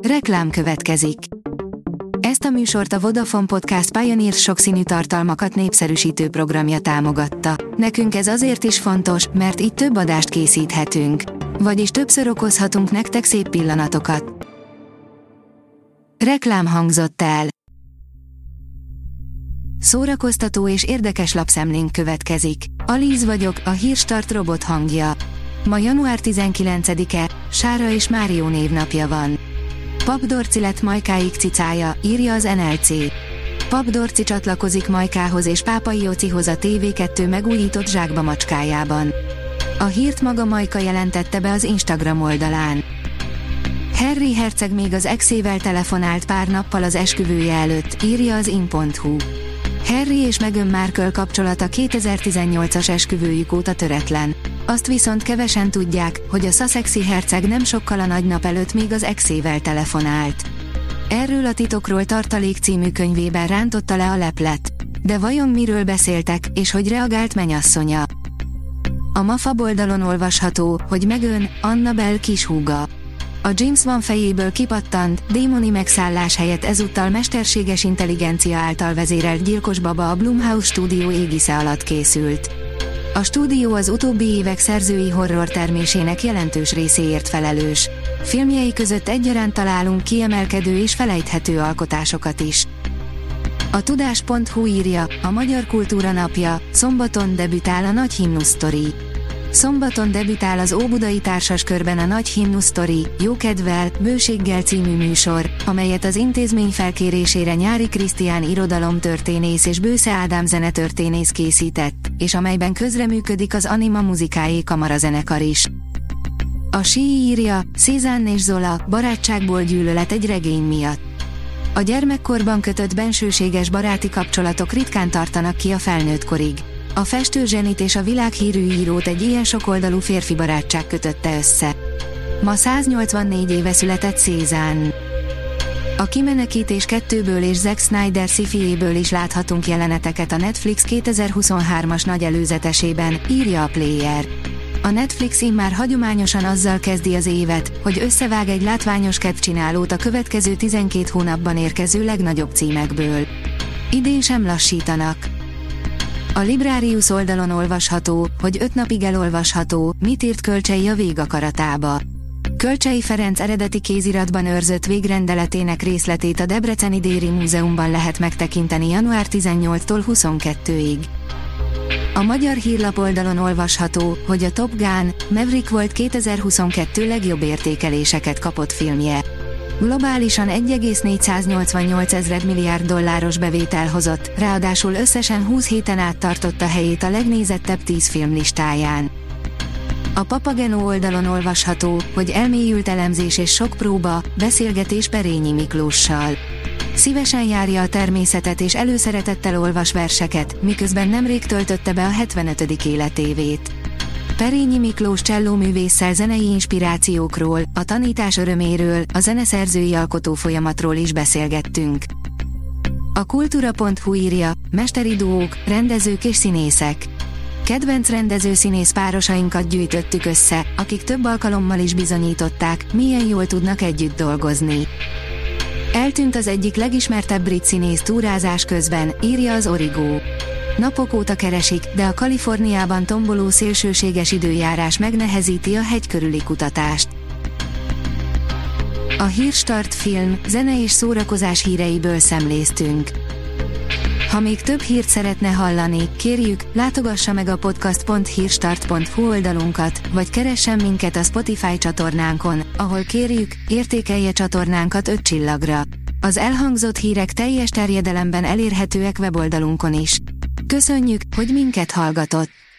Reklám következik. Ezt a műsort a Vodafone Podcast Pioneer sokszínű tartalmakat népszerűsítő programja támogatta. Nekünk ez azért is fontos, mert így több adást készíthetünk. Vagyis többször okozhatunk nektek szép pillanatokat. Reklám hangzott el. Szórakoztató és érdekes lapszemlénk következik. Alíz vagyok, a Hírstart robot hangja. Ma január 19-e, Sára és Márió névnapja van. Pap Dorci lett Majkáik cicája, írja az NLC. Pap Dorci csatlakozik Majkához és Pápai Jocihoz a TV2 megújított zsákba macskájában. A hírt maga Majka jelentette be az Instagram oldalán. Harry herceg még az exével telefonált pár nappal az esküvője előtt, írja az in.hu. Harry és Meghan Markle kapcsolata 2018-as esküvőjük óta töretlen. Azt viszont kevesen tudják, hogy a sussexi herceg nem sokkal a nagynap előtt még az exével telefonált. Erről a Titokról tartalék című könyvében rántotta le a leplet. De vajon miről beszéltek, és hogy reagált menyasszonya? A MAFA oldalon olvasható, hogy Meghan, Annabelle kishúga. A James Wan fejéből kipattant, démoni megszállás helyett ezúttal mesterséges intelligencia által vezérelt gyilkos baba a Blumhouse stúdió égisze alatt készült. A stúdió az utóbbi évek szerzői horror termésének jelentős részéért felelős. Filmjei között egyaránt találunk kiemelkedő és felejthető alkotásokat is. A tudás.hu írja, a Magyar Kultúra Napja, szombaton debütál a Nagy Himnusz Sztori. Szombaton debütál az Óbudai Társaskörben a Nagy Himnusz Sztori, Jókedvel, Bőséggel című műsor, amelyet az intézmény felkérésére Nyári Krisztián irodalomtörténész és Bősze Ádám zenetörténész készített, és amelyben közreműködik az Anima Musicae kamarazenekar is. A SÍ írja, Cézanne és Zola, barátságból gyűlölet egy regény miatt. A gyermekkorban kötött bensőséges baráti kapcsolatok ritkán tartanak ki a felnőttkorig. A festőzsenit és a világhírű írót egy ilyen sokoldalú férfi barátság kötötte össze. Ma 184 éve született Cézanne. A Kimenekítés 2-ből és Zack Snyder sci-fiéből is láthatunk jeleneteket a Netflix 2023-as nagy előzetesében, írja a Player. A Netflix immár hagyományosan azzal kezdi az évet, hogy összevág egy látványos kedvcsinálót a következő 12 hónapban érkező legnagyobb címekből. Idén sem lassítanak. A Librarius oldalon olvasható, hogy 5 napig elolvasható, mit írt Kölcsey a végakaratába. Kölcsey Ferenc eredeti kéziratban őrzött végrendeletének részletét a Debreceni Déri Múzeumban lehet megtekinteni január 18-tól 22-ig. A Magyar Hírlap oldalon olvasható, hogy a Top Gun, Maverick volt 2022 legjobb értékeléseket kapott filmje. Globálisan 1,488 milliárd dolláros bevétel hozott, ráadásul összesen 20 héten át tartotta helyét a legnézettebb 10 film listáján. A Papageno oldalon olvasható, hogy elmélyült elemzés és sok próba, beszélgetés Perényi Miklóssal. Szívesen járja a természetet és előszeretettel olvas verseket, miközben nemrég töltötte be a 75. életévét. Perényi Miklós csellóművésszel zenei inspirációkról, a tanítás öröméről, a zeneszerzői alkotó folyamatról is beszélgettünk. A kultúra.hu írja, mesteri duók, rendezők és színészek. Kedvenc rendező-színész párosainkat gyűjtöttük össze, akik több alkalommal is bizonyították, milyen jól tudnak együtt dolgozni. Eltűnt az egyik legismertebb brit színész túrázás közben, írja az Origo. Napok óta keresik, de a Kaliforniában tomboló szélsőséges időjárás megnehezíti a hegy körüli kutatást. A Hírstart film, zene és szórakozás híreiből szemléztünk. Ha még több hírt szeretne hallani, kérjük, látogassa meg a podcast.hírstart.hu oldalunkat, vagy keressen minket a Spotify csatornánkon, ahol kérjük, értékelje csatornánkat 5 csillagra. Az elhangzott hírek teljes terjedelemben elérhetőek weboldalunkon is. Köszönjük, hogy minket hallgatott!